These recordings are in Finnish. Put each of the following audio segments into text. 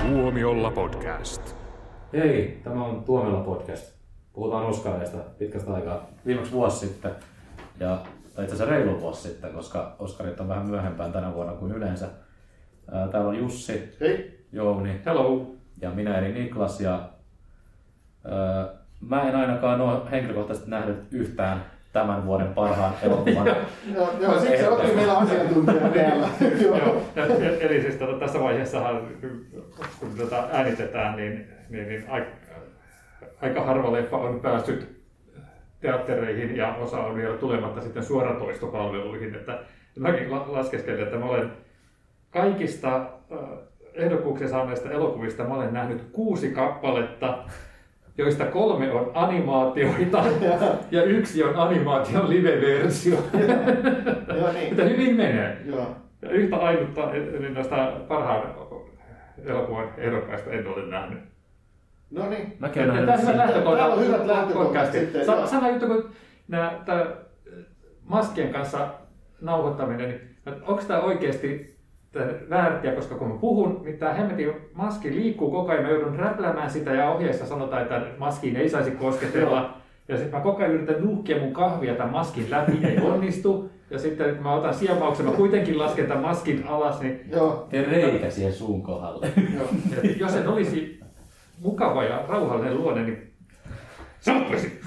Tuomiolla podcast. Hei, tämä on Tuomiolla podcast. Puhutaan Oskareista pitkästä aikaa. Viimeksi vuosi sitten, tai itse asiassa reilu vuosi sitten, koska Oskarit on vähän myöhempään tänä vuonna kuin yleensä. Täällä on Jussi, hei, Jouni, hello, ja minä eli Niklas. Mä en ainakaan ole henkilökohtaisesti nähnyt yhtään tämän vuoden parhaan elokuvan. Joo, siksi olettiin meillä asiantuntija täällä. Eli siis tässä vaiheessahan, kun tätä äänitetään, niin aika harva leffa on päässyt teattereihin ja osa on vielä tulematta sitten suoratoistopalveluihin. Että mäkin laskeskelin, että mä olen kaikista ehdokkuuksia saaneista elokuvista mä olen nähnyt 6 kappaletta, joista 3 on animaatioita ja 1 on animaation live-versio. Mutta hyvin menee. Ja yhtä ainutta näistä parhaan elokuvan ehdokkaista en ole nähnyt. No niin. Mäkin olen nähnyt. Täällä on hyvät lähtökohdat sitten. Sama juttu kuin tämä maskien kanssa nauhoittaminen, niin onko tämä oikeasti väärtiä, koska kun mä puhun, niin tämä hemmetin maski liikkuu koko ajan, mä joudun räpläämään sitä ja ohjeessa sanotaan, että maskiin ei saisi kosketella. Ja sitten mä koko ajan yritän nuhkia mun kahvia tämän maskin läpi, ei onnistu. Ja sitten kun mä otan siemauksen, mä kuitenkin lasken tämän maskin alas, niin... Tee reikä siihen suun kohdalle. Jos en olisi mukava ja rauhallinen luonne, niin sanoisin.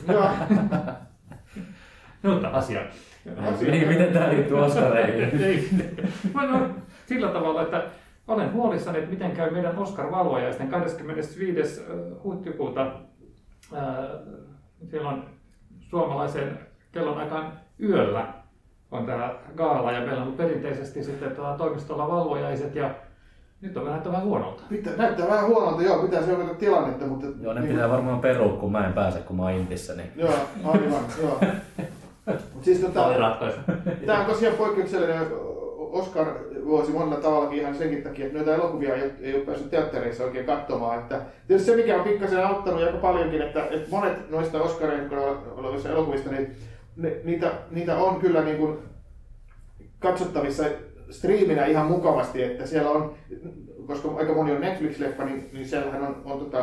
Mutta asia. Niin, miten tämä liittyy Oskareihin? No, sillä tavalla, että olen huolissani, että miten käy meidän Oscar-valvojaisten 25. huhtikuuta. Siellä on suomalaisen kellon aikaan yöllä on tämä gaala ja meillä on perinteisesti sitten toimistolla valvojaiset ja nyt on vähän huonolta. Näyttää vähän huonolta, joo, pitää seurata tilannetta, mutta... Joo, ne pitää varmaan perua, kun mä en pääse, kun mä oon Intissä. Niin... Joo, aivan, joo. Siis, tämä on tosiaan poikkeuksellinen Oscar-vuosi monella tavallakin ihan senkin takia, että noita elokuvia ei ole päässyt teattereissa oikein katsomaan. Että tietysti se, mikä on pikkasen auttanut aika paljonkin, että monet noista Oscareissa olevista elokuvista, niin niitä on kyllä niin kuin katsottavissa striiminä ihan mukavasti, että siellä on, koska aika moni on Netflix-leffa, niin siellähän on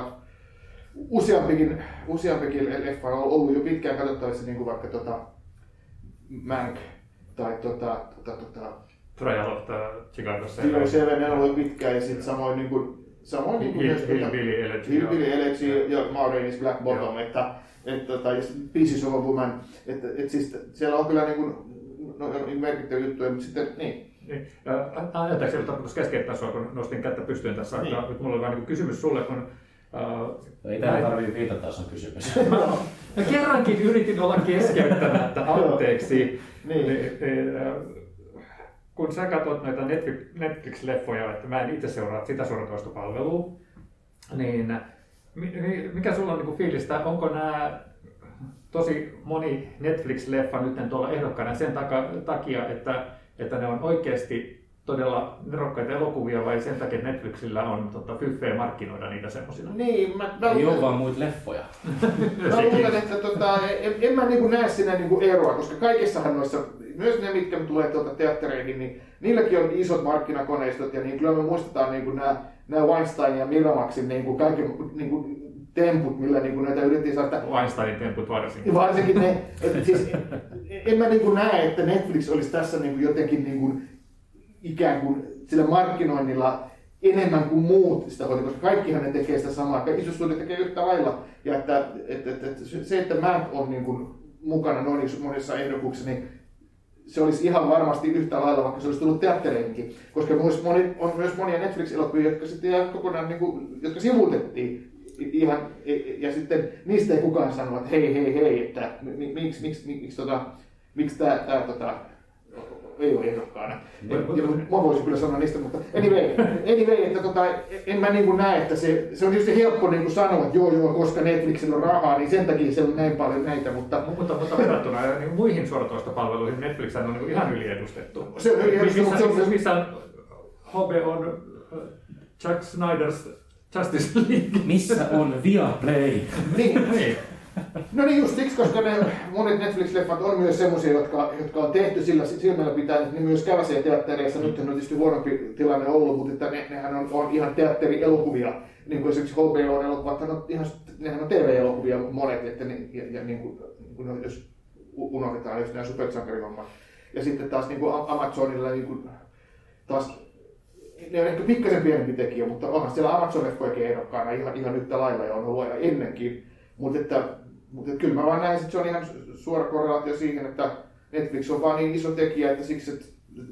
useampikin leffa on ollut jo pitkään katsottavissa, niin kuin vaikka Mank tai Trial of the Chicago 7 on ollut pitkään ja sitten samoin Hillbilly Elegy ja Ma Rainey's Black Bottom, että Pieces of a Woman, että siis siellä on kyllä niin kuin merkittäviä juttuja, mutta sitten niin. Ajatellaanko sieltä tarkoitus keskeyttää sinua, kun nostin kättä pystyyn tässä, niin. Nyt mulla on vähän niin kysymys sulle, kun... Ei tähän tarvitse viitata, jos on kysymys. Mä kerrankin yritin olla keskeyttämättä, anteeksi. Kun sä katsot noita Netflix-leffoja, että mä en itse seuraa sitä suoratoistopalvelua, niin mikä sulla on niin fiilistä, onko nämä tosi moni Netflix-leffa nyt tuolla ehdokkaana sen takia, että ne on oikeasti todella nerokkaita elokuvia vai sen takia, että Netflixillä on fyffeä markkinoida niitä semmosina? Niin, ei ole vaan muita leffoja. Mä luulen, että en mä näe siinä eroa, koska kaikissahan noissa, myös ne mitkä tulee teattereihin, niin niilläkin on isot markkinakoneistot ja niin kyllä me muistetaan nämä Weinstein ja Miramaxin kaikki temput, millä näitä yritettiin saada. Weinsteinin temput varsinkin. Varsinkin ne, että siis en mä näe, että Netflix olisi tässä jotenkin ikään kuin sillä markkinoinnilla enemmän kuin muut sitä hoitaa, koska kaikkihan ne tekee sitä samaa. Iso studio tekee yhtä lailla. Ja että se, että mä on mukana noin monissa ehdokkuuksissa, niin se olisi ihan varmasti yhtä lailla, vaikka se olisi tullut teattereinkin. Koska on myös monia Netflix-elokuvia, jotka sitten kokonaan, jotka sivuutettiin. Ja sitten niistä ei kukaan sano, että hei, että miksi tämä ei ole ehdokkaana. Mä voisin kyllä sanoa niistä, mutta anyway että en mä näe, että se on tietysti helppo sanoa, että joo, koska Netflixillä on rahaa, niin sen takia se on näin paljon näitä, mutta verrattuna muihin suoratoistopalveluihin Netflix on ihan yliedustettu. Se on yliedustettu. Missä on HBO Zack Snyder's Justice League. Missä on Viaplay? Niin. No niin just siksi, koska monet Netflix-leffat on myös semmoisia, jotka on tehty sillä silmällä pitää, että ne myös käväsee teattereissa. Nyt on tietysti huonompi tilanne ollut, mutta että nehän on ihan teatterielokuvia. Niin kuin esimerkiksi HBO-elokuvat, nehän on TV-elokuvia monet, että niin kuin jos unohdetaan just nämä supersankarihommat. Ja sitten taas niin kuin Amazonilla niin kuin, taas ne on ehkä pikkasen pienempi tekijä, mutta onhan siellä Amazon-leffojakin ehdokkaana ihan yhtä lailla ja on ollut ennenkin. Mutta kyllä mä vaan näen, että se on ihan suora korrelaatio siihen, että Netflix on vaan niin iso tekijä, että siksi, että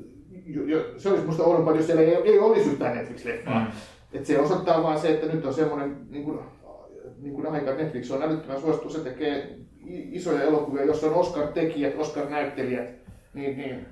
se olisi musta oudompaa, jos siellä ei olisi yhtään Netflix-leffaa. Että se osoittaa vaan se, että nyt on semmoinen niin kuin aika, että Netflix on älyttömän suosittu, se tekee isoja elokuvia, jossa on Oscar-tekijät, Oscar-näyttelijät. Niin,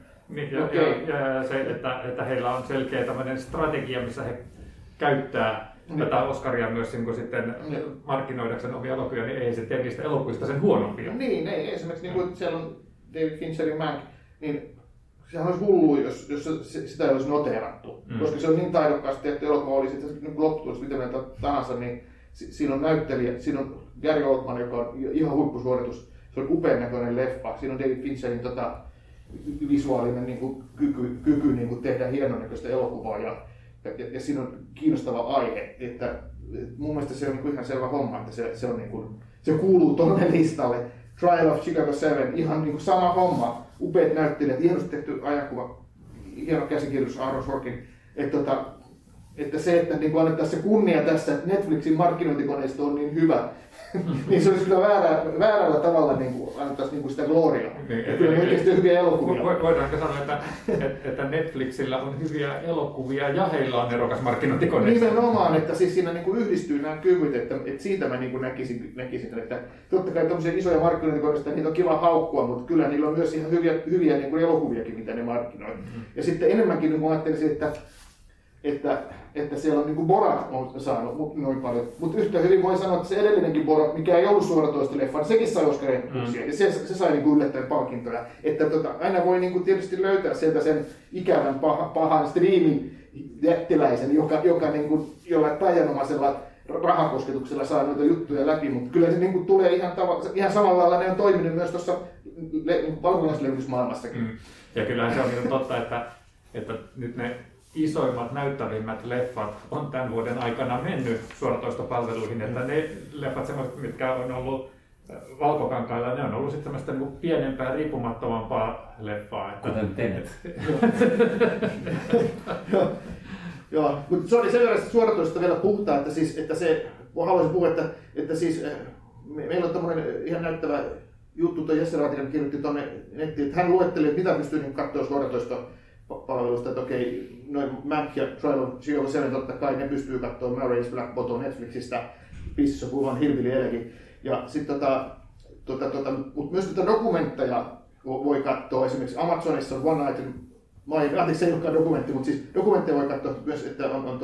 ja se, että heillä on selkeä tämmöinen strategia, missä he käyttää tätä Oscaria myös niin sitten markkinoidakseen omia elokuvia, niin ei se tee niistä elokuvista sen huonompia. Niin, esimerkiksi niin kuin siellä on David Fincherin Mank, niin sehän olisi hullu, jos sitä ei olisi noteerattu. Koska se on niin taidokkaasti tehty elokuva, oli sitten niin lopputulos mitä mieltä tahansa, niin siinä on näyttelijä, siinä on Gary Oldman, joka on ihan huippusuoritus. Se on upean näköinen leffa. Siinä on David Fincherin visuaalinen niin kuin, kyky niin kuin tehdä hienonnäköistä elokuvaa ja siinä on kiinnostava aihe, että mun mielestä se on niin ihan selvä homma, että se on niin kuin, se kuuluu tuonne listalle. Trial of Chicago 7, ihan niin kuin sama homma, upeat näyttelijät, hienosti tehty ajankuva, hieno käsikirjoitus Aaron Sorkin, että se, että niin annettaisiin se kunnia tässä, että Netflixin markkinointikoneisto on niin hyvä, niin se olisi kyllä väärällä tavalla niin annettaisiin niin sitä gloriaa. Niin, kyllä oikeasti on hyviä elokuvia. Voidaanko sanoa, että Netflixillä on hyviä elokuvia ja heillä on erokas markkinointikoneisto? Nimenomaan, että siis siinä niin yhdistyy nämä kyvyt, että siitä mä niin näkisin, että totta kai tämmöisiä isoja markkinointikoneistoja, niitä on kiva haukkua, mutta kyllä niillä on myös ihan hyviä niin elokuviakin, mitä ne markkinoi. Ja sitten enemmänkin niin ajattelisin, että siellä on niin Borat on saanut noin paljon. Mutta yhtä hyvin voi sanoa, että se edellinenkin Borat, mikä ei ollut suoratoistoleffa, niin sekin sai Oscar-ehdokkuuksia. Ja se sai niin yllättäen palkintoja. Että aina voi niin tietysti löytää sieltä sen ikävän pahan streaming-jättiläisen, joka niin jollain taianomaisella rahakosketuksella saa noita juttuja läpi. Mutta kyllä se niin tulee ihan samalla lailla, ne on toiminut myös tuossa valkokanslevysmaailmassakin. Ja kyllähän se on niin totta, että nyt ne isoimmat, näyttävimmät leffat on tämän vuoden aikana mennyt suoratoistopalveluihin, että ne leffat semmoiset, mitkä on ollut Valkokankailla, ne on ollut sitten semmoista niin pienempää, riippumattomampaa leffaa. Kuten Tenet. Joo, mutta se oli sen verran suoratoista vielä puhtaa, että se, haluaisin puhua, että siis meillä on tämmöinen ihan näyttävä juttu, tuo Jesse Raatinen kirjoitti tuonne nettiin, että hän luetteli, että mitä pystyy katsoa suoratoistopalvelusta, että okei, noin Mank ja Trial of Chicago 7, totta kai ne pystyy katsoa Murray's Black Bottom Netflixistä, Pississä puhuvan Hillbilly Elegy. Ja sitten mutta myös dokumentteja voi katsoa, esimerkiksi Amazonissa on One Night anteeksi, se ei olekaan dokumentti, mutta siis dokumentteja voi katsoa myös, että on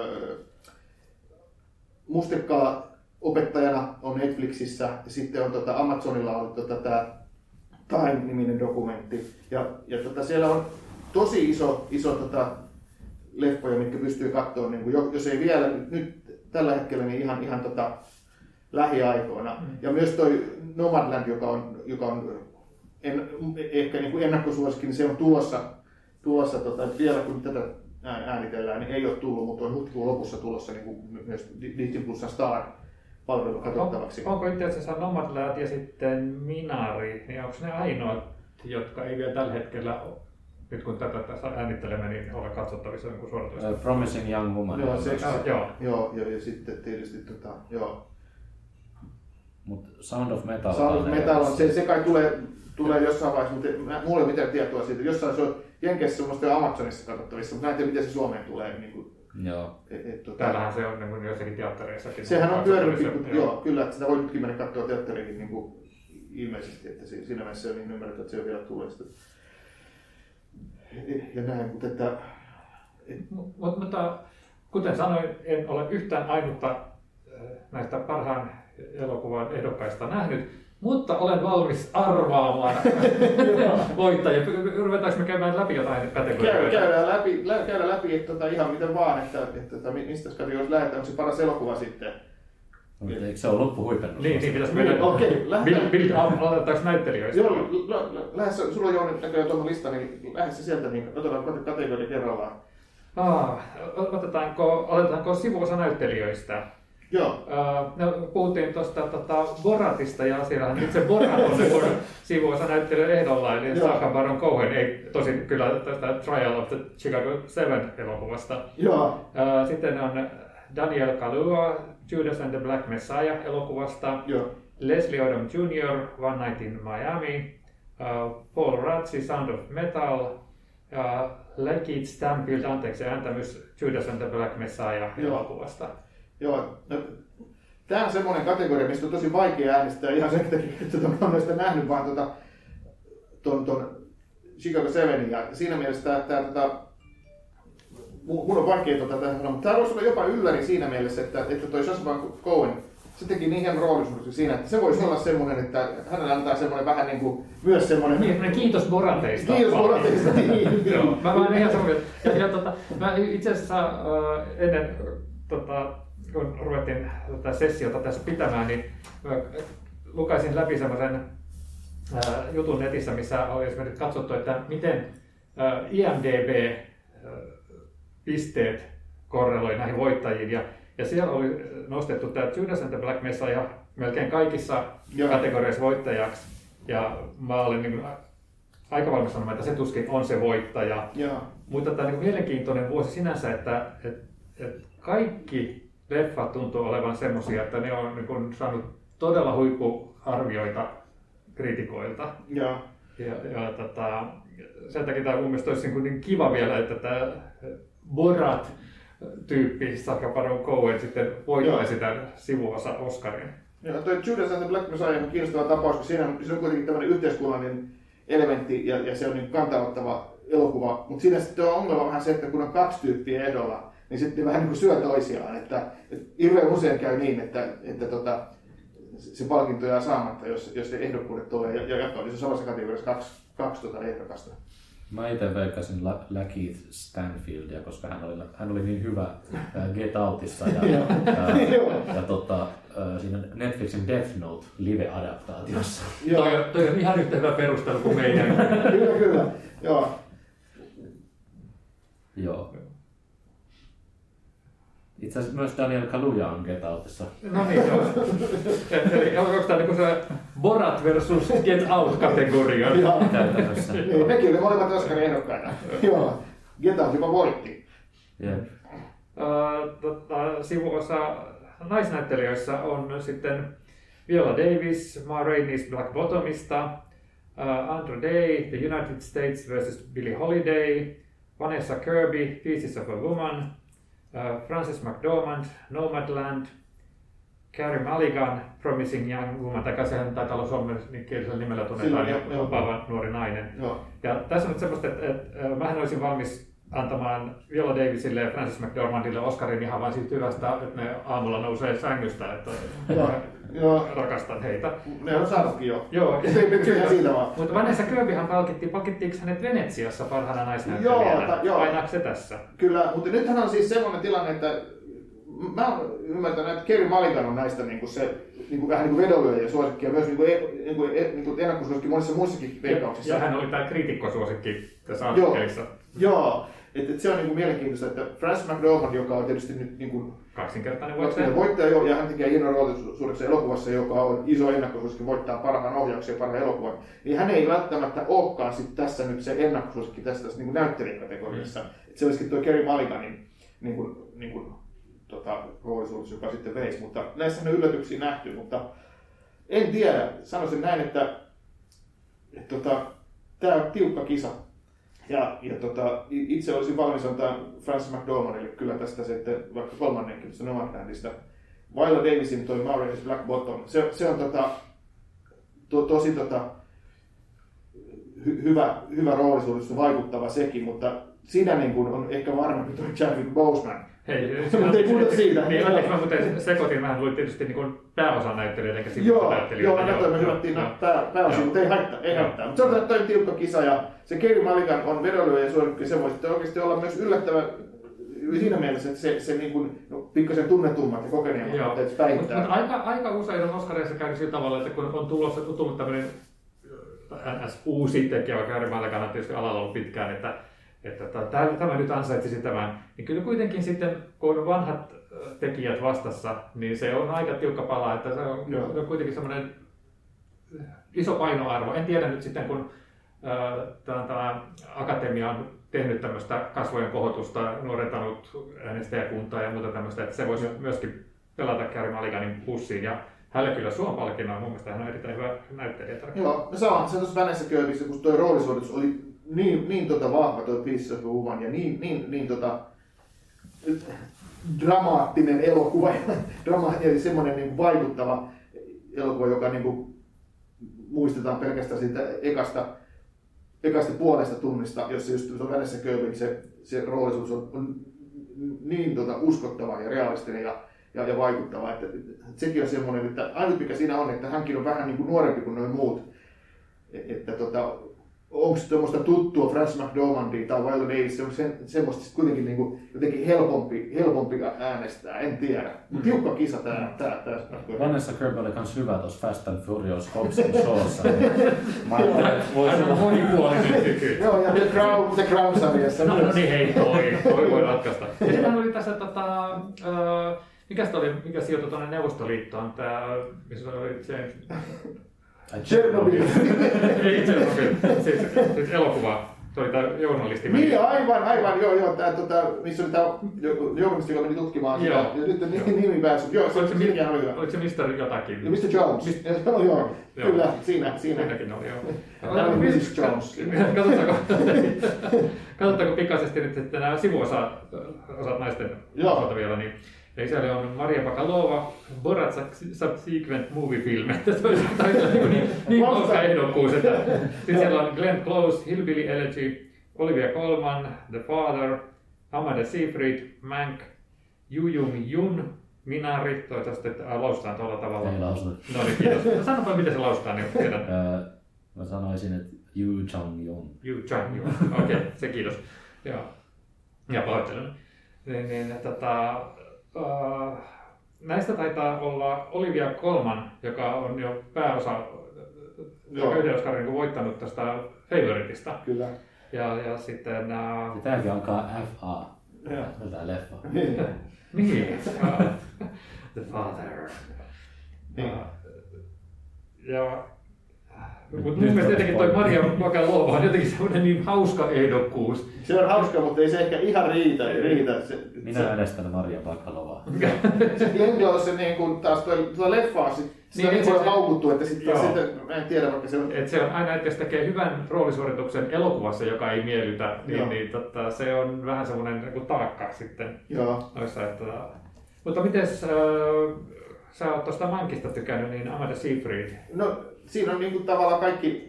Mustekala opettajana on Netflixissä ja sitten on Amazonilla on tämä Time-niminen dokumentti. Ja siellä on tosi iso leffoja, mitkä pystyy katsoa, niin kuin, jos ei vielä nyt tällä hetkellä, niin ihan lähiaikoina. Ja myös toi Nomadland, joka on ehkä niin kuin ennakkosuosikin, niin se on tulossa vielä kun tätä äänitellään, niin ei ole tullut, mutta on huhtikuun lopussa tulossa niin kuin myös Disney Plusan Star-palvelu katsottavaksi. Onko itse asiassa Nomadland ja sitten Minari, niin onko ne ainoat, jotka ei vielä tällä hetkellä, nyt kun tätä tässä äänittelemme, niin ole katsottavissa niin suoratoista? Promising Young Woman. Joo, ja sitten tietysti Mut Sound of Metal. Sound of Metal on se kai tulee jossain vaiheessa, mutta mulla ei ole mitään tietoa siitä. Jossain se on Jenkeissä semmoista Amazonissa katsottavissa, mutta näin miten se Suomeen tulee. Niin kuin, joo. Täällähän se on niin joissakin teattereissakin. Sehän on pyörinyt, joo, kyllä, että sitä voi nytkin mennä katsoa teatteriin niin kuin ilmeisesti, että siinä mielessä on niin ymmärretty, että se on vielä tulee sitä. Ja näin, mutta kuten sanoin, en ole yhtään ainutta näistä parhaan elokuvan ehdokkaista nähnyt, mutta olen valmis arvaamaan voittajia. Ruvetaanko me käymään läpi jotain kategorioita? Käydään läpi ihan miten vaan, että mistä kategoriassa lähdetään, onko se paras elokuva sitten. Mutta eikö se ole loppuhuipennus? Niin pitäisi mennä. Okei, lähdetään. Aloitetaanko näyttelijöistä? Joo, lähes sulla on Jouni näköjään tuon lista, niin lähes se sieltä, niin otetaan kategoria kerrallaan. Aloitetaanko sivuosa näyttelijöistä? Joo. Puhuttiin tuosta Boratista ja siellähän itse Borat on sivuosa näyttelijä ehdolla, eli Sacha Baron Cohen, ei tosin kyllä tästä Trial of the Chicago 7 elokuvasta. Joo. Sitten on Daniel Kaluuya Judas and the Black Messiah elokuvasta. Joo. Leslie Odom Jr. One Night in Miami. Paul Raci Sound of Metal. Lakeith Stanfield, anteeksi ääntämys Judas and the Black Messiah elokuvasta. Joo. No, tämä on semmoinen kategoria, mistä on tosi vaikea äänestää ihan sen takia, että mä oon noista nähnyt vaan ton Chicago 7 ja siinä mielessä mun on vaikea tähän sanoa, mutta tämä voisi olla jopa ylläri siinä mielessä, että toi Sacha Baron Cohen, se teki niin hienon roolisuudessa siinä, että se voisi olla semmoinen, että hänelle antaa semmoinen vähän niin kuin myös semmoinen... Niin, kiitos Borateista. Kiitos Borateista, niin. Joo, mä oon ihan samaa mieltä. Mä itse asiassa ennen kun ruvettiin tätä sessiota tässä pitämään, niin lukaisin läpi semmoisen jutun netissä, missä oli esimerkiksi katsottu, että miten IMDb-pisteet korreloi näihin voittajiin. Ja siellä oli nostettu tämä Judas and the Black Messiah melkein kaikissa kategorioissa voittajaksi. Ja mä olin niin aika valmis sanomaan, että se tuskin on se voittaja. Mutta tämä on niin mielenkiintoinen vuosi sinänsä, että kaikki leffat tuntuu olevan semmoisia, että ne on niin saanut todella huippuarvioita kriitikoilta. Ja sen takia tämä mun mielestä olisi niin kiva vielä, että tämä Borat-tyyppi Sacha Baron Cohen sitten voittaisi tämän sivuosa Oscarin. Joo, tuo Judas and the Black Messiah on kiinnostava tapaus, koska siinä on kuitenkin tämmöinen yhteiskunnallinen elementti ja se on niin kantauttava elokuva. Mutta siinä sitten on ongelma vähän se, että kun on kaksi tyyppiä ehdolla, niin sitten vähän niin kuin syö toisiaan. Että hirveän usein käy niin, että se palkinto jää saamatta, jos se ehdokkuudet tulee ja jatkoon. Se on samassa kategoriassa kaksi ehdokasta. Mä itse veikkasin Lakeith Stanfieldia, koska hän oli niin hyvä Get Outissa ja siinä Netflixin Death Note live-adaptaatiossa. Toi on ihan yhtä hyvä perustelu kuin meidän. Kyllä. Joo. Itse asiassa myös Daniel Kaluuya on Get Outissa. No niin, joo. Eli onko tämä niin se Borat versus Get Out-kategoria? Käytännössä. Niin, nekin oli molemmat Oscarin ehdokkaina. Joo, Get Out jopa voitti. Sivuosa naisnäyttelijöissä on sitten Viola Davis, Ma Rainey's Black Bottomista, Andra Day, The United States vs. Billie Holiday, Vanessa Kirby, Pieces of a Woman, Frances McDormand, Nomadland, Carey Mulligan, Promising Young Woman, tai sehän taitaa olla suomenkielisellä nimellä tunnetaan lupaava nuori nainen. Ja tässä on nyt semmoista, että mähän olisin valmis antamaan Viola Davisille ja Frances McDormandille Oscarin ihan vain siitä hyvästä, että ne aamulla nousee sängystä, että rakastan heitä. Ne on saanutkin jo. Joo, siitä vaan. Mutta Vanessa Kirbyhän palkittiinko hänet Venetsiassa parhaana naisnäyttelijänä? Painaako se tässä? Kyllä, mutta nythän on siis semmoinen tilanne, että mä oon ymmärtänyt, että Carey Mulligan on näistä niinku se vähän niin kuin vedonlyöjä suosikki ja myös ennakkosuosikki monissa muissakin veikkauksissa. Ja hän oli tämä kriitikkosuosikki tässä artikkelissa. Joo. Että se on niinku mielenkiintoista, että Frances McDormand, joka on tietysti nyt niinku kaksinkertainen voittaja ja hän tekee hienon roolisuudessa elokuvassa, joka on iso ennakkosuosikki, voittaa parhaan ohjauksen ja parhaan elokuvan, niin hän ei välttämättä olekaan sit tässä nyt se ennakkosuosikki tässä niinku näyttelijäkategoriassa. Että se olisikin tuo Carey Mulliganin roolisuudessa, joka sitten veisi, mutta näissä on yllätyksiä nähty, mutta en tiedä, sanoisin näin, että tämä on tiukka kisa. Ja itse olisin valmis antaa Frances McDormandille kyllä tästä sitten vaikka kolmannenkin tuosta Nomadlandista. Viola Davisin toi Ma Rainey's Black Bottom, se on tosi hyvä roolisuudessa vaikuttava sekin, mutta siinä niin kuin on ehkä varmempi tuo Chadwick Boseman. Mutta ei puhuta siitä. Niin, mä muuten sekoitin, vähän luin tietysti niin pääosan näyttelijöitä eikä sivuosan näyttelijöitä. Joo, me hyvättiin pääosin, mutta ei haittaa. Mutta se on toi tiukka kisa ja se Carey Mulligan on vedonlyöjä suosikki, se voi sitten oikeasti olla myös yllättävä siinä mielessä, että se niin kuin, pikkasen tunnetummat ja kokeneemmat, että päihittää. Mutta aika usein on Oscarissa käynyt sillä tavalla, että kun on tullut tämmöinen uusi tekijä, vaikka Harry Malekana tietysti alalla ollut pitkään, että tämä nyt ansaitsisi tämän, niin kyllä kuitenkin sitten, kun on vanhat tekijät vastassa, niin se on aika tiukka pala, että se on kuitenkin semmoinen iso painoarvo. En tiedä nyt sitten, kun tämä akatemia on tehnyt tämmöistä kasvojen kohotusta, nuorentanut äänestäjäkuntaa ja muuta tämmöistä, että se voisi myöskin pelata Carey Mulliganin pussiin. Ja hänellä kyllä Suon-palkinnon, mun mielestä hän on erittäin hyvä näyttelijä. Joo, se tuossa Vanessa Kirbyssä, kun tuo roolisuoritus oli niin vahva tuo Piece of a Woman ja niin dramaattinen elokuva ja semmoinen niin vaikuttava elokuva, joka niin kuin muistetaan pelkästään siitä ekasta puolesta tunnista, jossa just tuo Vanessa Kirby, se roolisuus on niin uskottava ja realistinen ja vaikuttava, että sekin on semmoinen, että ainut mikä siinä on, että hänkin on vähän niin kuin nuorempi kuin nuo muut, että onko se tuommoista tuttua Frances McDormandia tai Viola Davis, se on semmoista kuitenkin niin kuin jotenkin helpompi äänestää, en tiedä. Tiukka kisa tää. Vanessa Kirby oli kans hyvä tuossa Fast and Furious Hobbsin showssa. Mä ajattelin, että voisi olla monipuolinen tyky. Joo, ja The Crown-sarjassa. No niin, hei, toi voi ratkaista. Ja sitten oli tässä, mikä sijoitui tuonne Neuvostoliittoon, missä oli se... Chernobyl. Ei Chernobyl, siis elokuva. Se oli tämä journalisti. Niin, aivan, joo. Missä oli tämä journalisti, joka meni tutkimaan sitä. Ja nyt on nimi päässyt. Joo, se silläkin oli hyvä. Oliko se Mr. jotakin? Ja Mr. Jones. Joo, kyllä, siinä. Siinäkin oli, joo. Tämä oli Mrs. Jones. Katsotaanko pikaisesti nyt sitten nämä sivuosat naisten osalta vielä, niin eli siellä on Maria Bakalova, Borat Subsequent Movie Film. Se olisi niin hauska ehdokkuus. Sitten siellä on Glenn Close, Hillbilly Elegy, Olivia Colman, The Father, Amanda Seyfried, Mank, Yoo Jung-jun, Minari. Toivottavasti laustaan tuolla tavalla. Ei lausuta. No niin, kiitos. Sanoppa miten se laustaa, niin tiedän. Mä sanoisin, että Yoo Jung-jun. Yoo Jung-jun, okei, se kiitos. Ja pahoittelen. Näistä taitaa olla Olivia Colman, joka on jo pääosa, yhden Oscarin voittanut tästä Favoritista. Kyllä. Ja sitten... Tämäkin alkaa FA. Tämä leffa. Niin. The Father. Mutta mun mielestä jotenkin toi Maria Bakalova on jotenkin semmoinen niin hauska ehdokkuus. Se on hauska, mutta ei se ehkä ihan riitä. Minä äänestän Maria Bakalovaa. Glenn Close niin kuin taas tuo leffaa sitä niin paljon haukuttu, että sitten mä en tiedä vaikka se on... Et se on aina, että jos tekee hyvän roolisuorituksen elokuvassa, joka ei miellytä, niin se on vähän semmoinen niin taakka sitten. Joo. Mutta mites sä oot tuosta Mankista tykännyt, niin Amanda Seyfried? No siinä on niin kuin tavallaan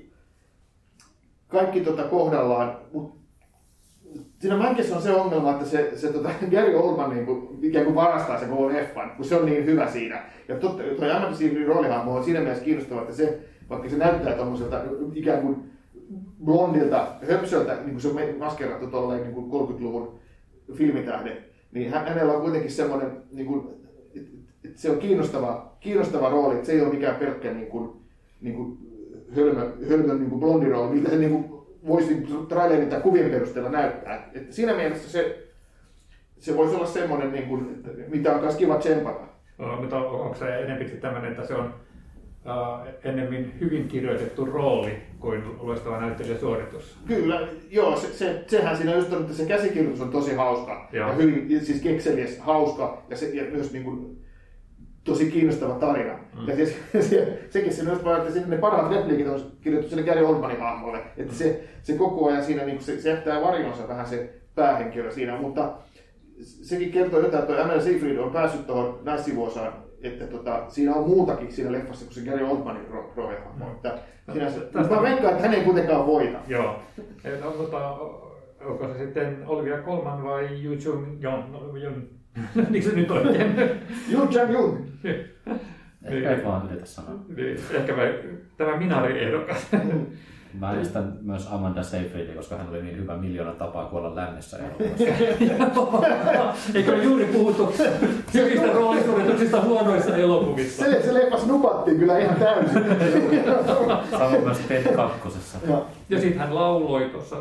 kaikki kohdallaan, mutta siinä Mankissa on se ongelma, että se Gary Oldman niin kuin, ikään kuin varastaa sen koko leffan, kun se on niin hyvä siinä. Ja tuo Amanda Seyfriedin roolihahmo on siinä mielessä kiinnostava, että se, vaikka se näyttää tommoselta ikään kuin blondilta höpsöltä, niin kuin se on maskerattu tolleen niin kuin 30-luvun filmitähden, niin hänellä on kuitenkin semmoinen, niin kuin, että se on kiinnostava rooli, että se ei ole mikään pelkkä niin kuin hölmön niin kuin blondirooli, mitä se niin kuin voisi trailerin tai kuvien perusteella näyttää. Että siinä mielessä se voisi olla semmoinen, niin kuin, mitä on myös kiva tsempata. Mutta onko se enemmän tämmöinen, että se on ennemmin hyvin kirjoitettu rooli kuin loistava näyttelijäsuoritus? Kyllä, joo. Sehän siinä just on, että se käsikirjoitus on tosi hauska ja hyvin siis kekseliäs, hauska ja myös niin kuin, tosi kiinnostava tarina. Ja sekin se myös vaan, että ne parhaat repliikit on kirjoitettu sille Gary Oldmanin hahmolle. Että se koko ajan siinä niin se jättää varjonsa vähän se päähenkilö siinä, mutta sekin kertoo jotain, että Amanda Seyfried on päässyt tuohon naissivuosaan, että siinä on muutakin siinä leffassa kuin se Gary Oldmanin roolihahmo. Mä veikkaan, että hän ei kuitenkaan voita. Joo. No, mutta onko se sitten Olivia Colman vai Yoo Jung-jun? Niin se nyt oikein. Yoo Jung-jun. Ehkä ei vaan yritä sanoa. Ehkä tämä Minari-ehdokas. Mä äänestän myös Amanda Seyfriedia, koska hän oli niin hyvä Miljoona tapaa kuolla lännessä elokuvassa. Eikö ole juuri puhuttu hyvistä roolisuorituksista huonoissa elokuvissa? Se leffa snupattiin kyllä ihan täysin. Samoin myös Ted 2. Ja sitten hän lauloi tuossa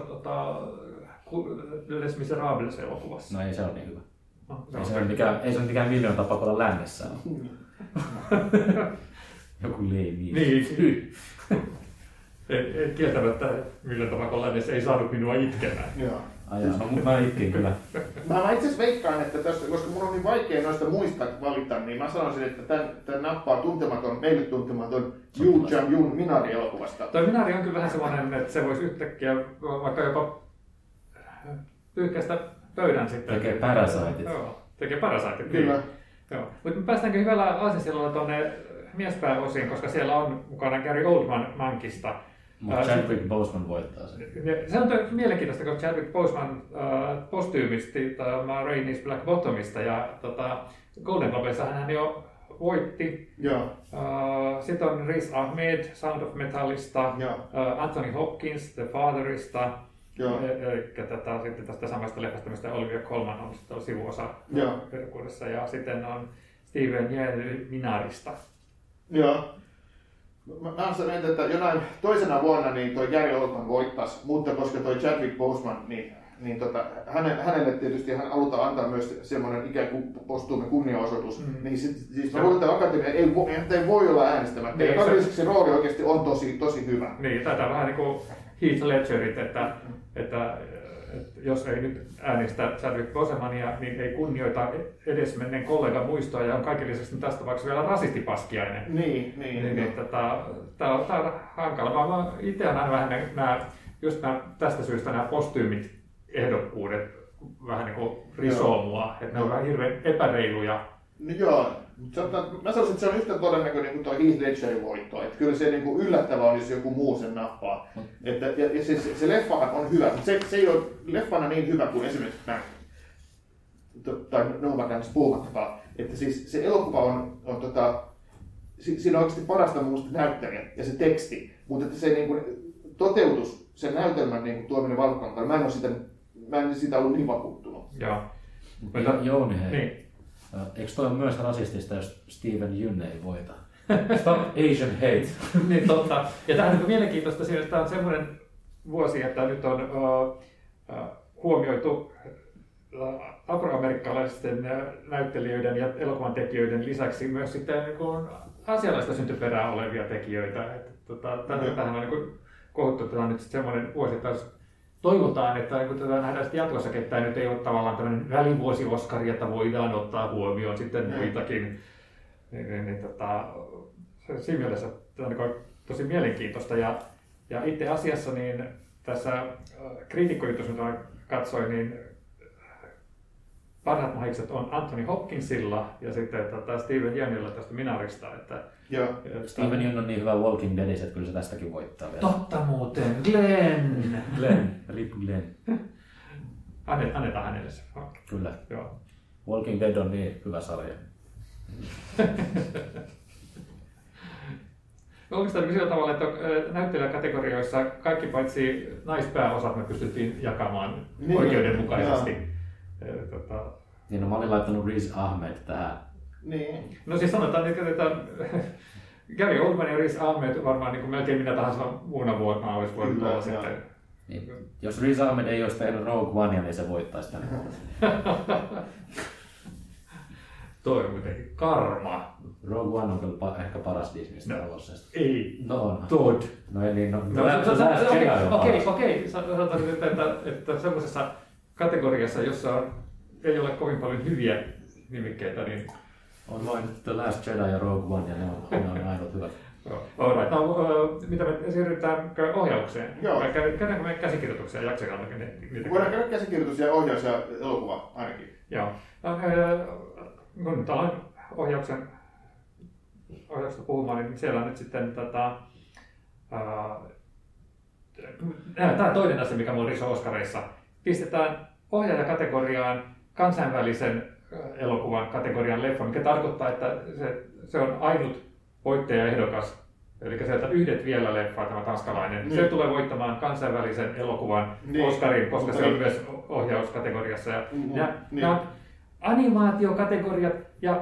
Les Miserables elokuvassa. No ei se ole niin hyvä. No, Ei se ole mikään Miljoona tapaa kuolla lännessä. Joku leimi. Niin. En kieltämättä Miljoona tapaa kuolla lännessä ei saanut minua itkemään. Joo. No, mä itkin kyllä. Mä itse asiassa veikkaan, että tässä, koska mun on niin vaikea noista muista valita, niin mä sanoisin, että tän nappaa meille tuntematon Yu Jam-Yun Minari-elokuvasta. Toi Minari on kyllä vähän sellainen, että se voisi yhtäkkiä vaikka jopa pyyhkäistä pöydän sitten. Tekee Parasiteit. Joo, tekee Parasiteit. Kyllä. Joo. Mutta me päästäänkö hyvällä aasinsillalla tuonne miespääosiin, koska siellä on mukana Gary Oldman Mankista. Mutta Chadwick Boseman voittaa sen. Se on mielenkiintoista, kun Chadwick Boseman postyymisti Ma Rainey's Black Bottomista ja Golden Globessa hän jo voitti. Joo. Sitten on Riz Ahmed Sound of Metalista, Anthony Hopkins The Fatherista. Eli sitten tästä samasta leffasta, mistä Olivia Colman on sitten sivuosa ehdokkuudessa. Ja sitten on Steven Yeun Minarista. Joo. Mä oon sitä mieltä, että jonain toisena vuonna niin toi Gary Oldman voittaisi, mutta koska toi Chadwick Boseman, niin hänelle tietysti hän halutaan antaa myös semmoinen ikään kuin postuumi kunniaosoitus, niin siis mä luulen, että Akatemia ei voi olla äänestämättä. Niin, ja se rooli oikeasti on tosi hyvä. Niin, taitaa vähän niin kuin Heath Ledgerit, että jos ei nyt äänestä Chadwick Bosemania, niin ei kunnioita edesmenneen kollegan muistoa ja on kaiken lisäksi tässä tapauksessa vielä rasistipaskiainen. Niin. Tämä on hankala. Mä itse olen aina vähän tästä syystä nämä postyymit ehdokkuudet vähän niin kuin risoo mua, että ne on vähän hirveän epäreiluja. No joo, mä sanoisin, että se on yhtä todennäköinen kuin tuo Heath Ledgerin voitto. Että kyllä se niin kuin yllättävää on, jos joku muu sen nappaa. Ja se leffahan on hyvä, mutta se ei ole leffana niin hyvä kuin esimerkiksi tai Nomadlands puhumattakaan. Että siis se elokuva on siinä on oikeasti parasta muusta näyttelijä ja se teksti, mutta että se niin kuin toteutus, sen näytelmän niin kuin tuominen valkokantaan, mä en siitä ollut niin vakuuttunut. Joo. Jouni, hei. Niin. Eikö toi myös rasistista, jos Steven Yeun ei voita? Stop Asian hate. Niin totta. Ja tämä on mielenkiintoista siinä, että tämä on semmoinen vuosi, että nyt on huomioitu afroamerikkalaisten näyttelijöiden ja elokuvan tekijöiden lisäksi myös sitten niin asialaista syntyperää olevia tekijöitä. Tähän on niin kohuttu, että tämä on nyt semmoinen vuosi, että toivotaan, että kun tätä nähdään sitten jatkossakin, että tämä nyt ei ole tavallaan tämmöinen välivuosi-oskari, että voidaan ottaa huomioon sitten muitakin. Siinä mielessä tämä on tosi mielenkiintoista. Ja itse asiassa niin tässä kriitikkojutussa, mitä katsoin, niin parhaat mahikset on Anthony Hopkinsilla ja sitten Steven Yeunilla tästä Minarista. Steven Yeun on niin hyvä Walking Deadissä, että kyllä se tästäkin voittaa vielä. Totta muuten, Glenn! Lippu Glenn. Annetaan hänelle se. Kyllä. Joo. Walking Dead on niin hyvä sarja. Onko tämä sillä tavalla, että näyttelijäkategorioissa kaikki paitsi naispääosat me pystyttiin jakamaan oikeudenmukaisesti? Niin, mä olin laittanut Riz Ahmed tähän. Niin. No siis sanotaan, että Gary Oldman ja Riz Ahmed varmaan niin kuin melkein minä tahansa muuna vuonna olisi voinut olla sitten. Niin. Jos Riz Ahmed ei olisi tehnyt Rogue Onea, niin se voittaisi tänne. Toi on kuitenkin karma. Rogue One on kyllä ehkä paras Disney Star Warsista. Ei. No on. Todd. No ei niin, Okei. Sanotaan nyt, että semmoisessa kategoriassa, jossa ei ole kovin paljon hyviä nimikkeitä, niin on vain The Last Jedi ja Rogue One, ja ne on ainut hyvät. Alright. No, mitä me siirrytään ohjaukseen? Joo. Käydäänkö me käsikirjoituksia jaksekaan? Voidaan käydä käsikirjoitus ja ohjaus ja elokuva ainakin. Joo. Kun nyt aloin ohjauksesta puhumaan, niin siellä on nyt sitten tämä toinen asia, mikä minulla risoo Oscareissa. Pistetään ohjaajakategoriaan kansainvälisen elokuvan kategorian leffa, mikä tarkoittaa, että se on ainut voittajaehdokas Eli sieltä Yhdet vielä -leffa, tämä tanskalainen. Se tulee voittamaan kansainvälisen elokuvan Oscarin, koska se on myös ohjauskategoriassa. Nämä animaatiokategoriat ja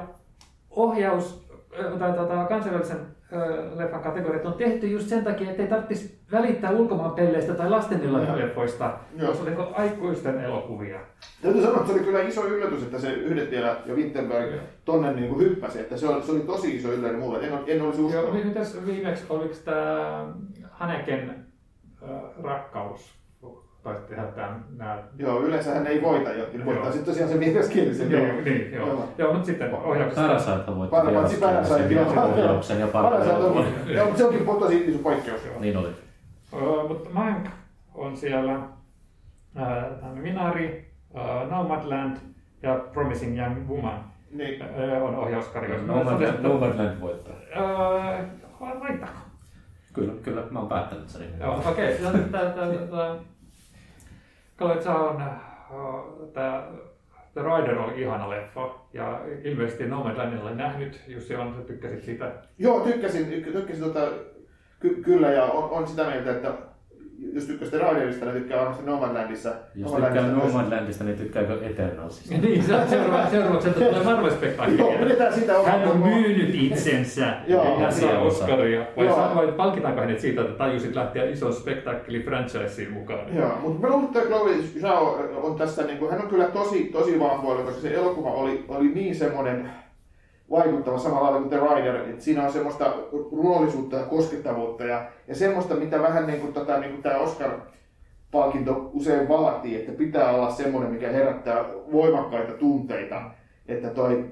kansainvälisen leffan kategoriat on tehty just sen takia, ettei tarvitsisi välittää ulkomaan pelleistä tai lasten leffoista, jos on aikuisten elokuvia. Täytyy sanoa, että se oli kyllä iso yllätys, että se Yhdet vielä ja Wittenberg tonne niin kuin hyppäsi, että se oli tosi iso yllätys mulle, en olisi uskonut. Joo, mitäs viimeksi, oliko tämä Haneken Rakkaus? Taisi tehdä nämä... Joo, yleensä hän ei voita jokin, voittaa sitten tosiaan se vieraskielisen. Joo, mutta sitten ohjauksessa... Parasite voitti ohjauksen ja parhaiten. Joo, mutta se onkin tosi iso poikkeus. Niin oli. Mutta Mank on siellä Minari, Nomadland ja Promising Young Woman on ohjauskategoriassa. Nomadland voittaa. Voittaako? Kyllä, mä oon päättänyt sen. Joo, okei. Kaleitsa on The Rider oli ihana leffa ja ilmeisesti Nomadlandin olen nähnyt. Jussi tykkäsit siitä? Joo, tykkäsin kyllä ja on sitä mieltä, että jos tykkäsit Riderista, niin tykkää varmasti Nomadlandissa. Jos tykkää Nomadlandista, niin tykkääkö Eternalsista? Niin, seuraavaksi tulee Marvel-spektaakeli. Joo, pidetään sitä. Hän on myynyt itsensä ja saa Oscaria. Vai palkitaanko hänet siitä, että tajusit lähteä ison spektaakkeli-franchiseen mukaan? Joo, mutta mä luulen, että Chloe Zhao on tässä, hän on kyllä tosi vahvoilla, koska se elokuva oli niin semmoinen vaikuttava samalla lailla kuin The Rider, että siinä on semmoista runollisuutta ja koskettavuutta ja semmoista, mitä vähän niin kuin tämä Oscar-palkinto usein vaatii, että pitää olla semmoinen, mikä herättää voimakkaita tunteita, että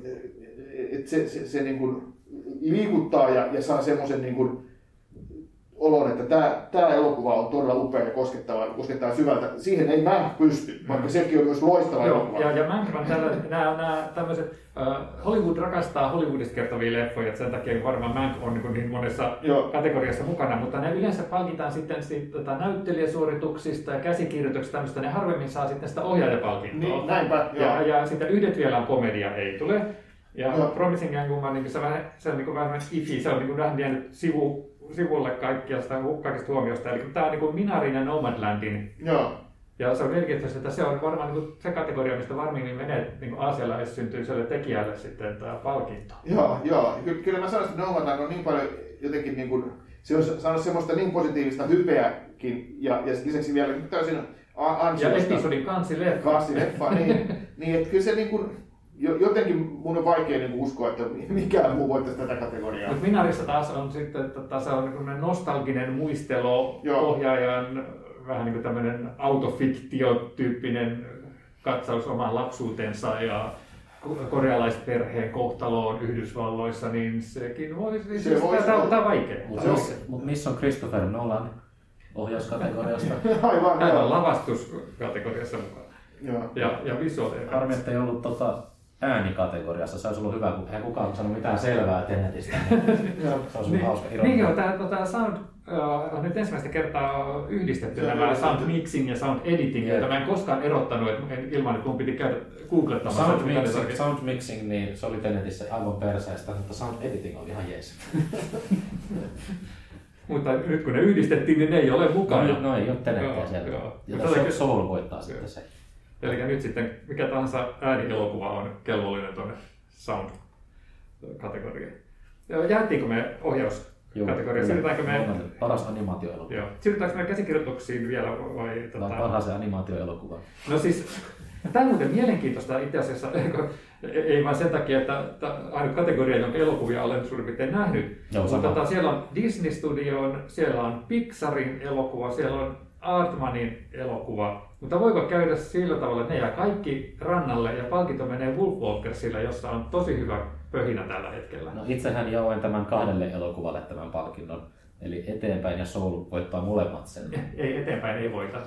se niin kuin liikuttaa ja saa semmoisen niin kuin olon, että tämä elokuva on todella upea ja koskettaa syvältä. Siihen ei Mank pysty, vaikka sekin on myös loistava elokuva. Ja Mank on nämä tämmöiset, Hollywood rakastaa Hollywoodista kertovia leffoja, että sen takia varmaan Mank on niin monessa kategoriassa mukana, mutta ne yleensä palkitaan sitten näyttelijäsuorituksista ja käsikirjoituksista, tämmöistä, ne harvemmin saa sitten sitä ohjaajapalkintoa. Niin, näinpä, ja sitten Yhdet vielä on komedia, ei tule. Ja Promising Young Woman, niin se on niin vähän ifi, se on niin vähän jäänyt sivulle kaikista huomiosta. Eli tämä on niin Minarin ja Nomadlandin. Joo. Ja se on merkittävästi, että se on varmaan niin se kategoria, mistä varmimmin menee niin aasialaissyntyiseelle tekijälle sitten tämä palkinto. Joo. Kyllä mä sanoisin, että Nomadland on niin paljon jotenkin, niin kuin, se on saanut semmoista niin positiivista hypeäkin ja lisäksi vielä täysin ansiosta. Ja episodin kansileffa. niin, että kyllä se niin kuin, jotenkin mun on vaikea niin uskoa, että mikään muu voittaisi tätä kategoriaa. Mutta Minarissa taas on sitten, että se on niin nostalginen muistelo ohjaajan vähän niin kuin tämmöinen autofiktiotyyppinen katsaus omaan lapsuutensa ja korealaisperheen kohtaloon Yhdysvalloissa, niin sekin voisi. Tämä on vaikea. Mutta missä on Christopher Nolan ohjauskategoriasta? Aivan. Hän on lavastuskategoriassa mukana. Ja visuaalinen. Harmi, että ei ollut äänikategoriassa. Se olisi ollut hyvä, kun ei kukaan sanonut mitään selvää Tenetistä. Se olisi hauska ironia. Niin joo, tämä sound on nyt ensimmäistä kertaa yhdistetty nämä sound mixing ja sound editing, jota mä en koskaan erottanut ilman, että mun piti käydä googlettamaan. Sound mixing, niin se oli Tenetissä aivan perseestä, mutta sound editing oli ihan jees. Mutta nyt kun ne yhdistettiin, niin ne ei ole mukana. No ei ole Tenettiä siellä. Ja Soul voittaa sitten se. Eli nyt sitten mikä tahansa äänielokuva on kelvollinen tuonne sound-kategoriaan. Jaettiinko me ohjauskategoriaan? Siirrytäänkö me... Paras animaatioelokuva. Joo. Siirrytäänkö me käsikirjoituksiin vielä vai... Parhaaseen animaatioelokuva. No siis, tämä on muuten mielenkiintoista itse asiassa, ei vain sen takia, että ainut kategoria, jonka elokuvia olen suurin piirtein nähnyt. Mutta siellä on Disney Studion, siellä on Pixarin elokuva, siellä on Artmanin elokuva. Mutta voiko käydä sillä tavalla, että ne jää kaikki rannalle ja palkinto menee Wolfwalkersille, jossa on tosi hyvä pöhinä tällä hetkellä? No itsehän jaoin tämän 2 elokuvalle tämän palkinnon. Eli Eteenpäin ja Soul voittaa molemmat sen. Ei, Eteenpäin ei voita.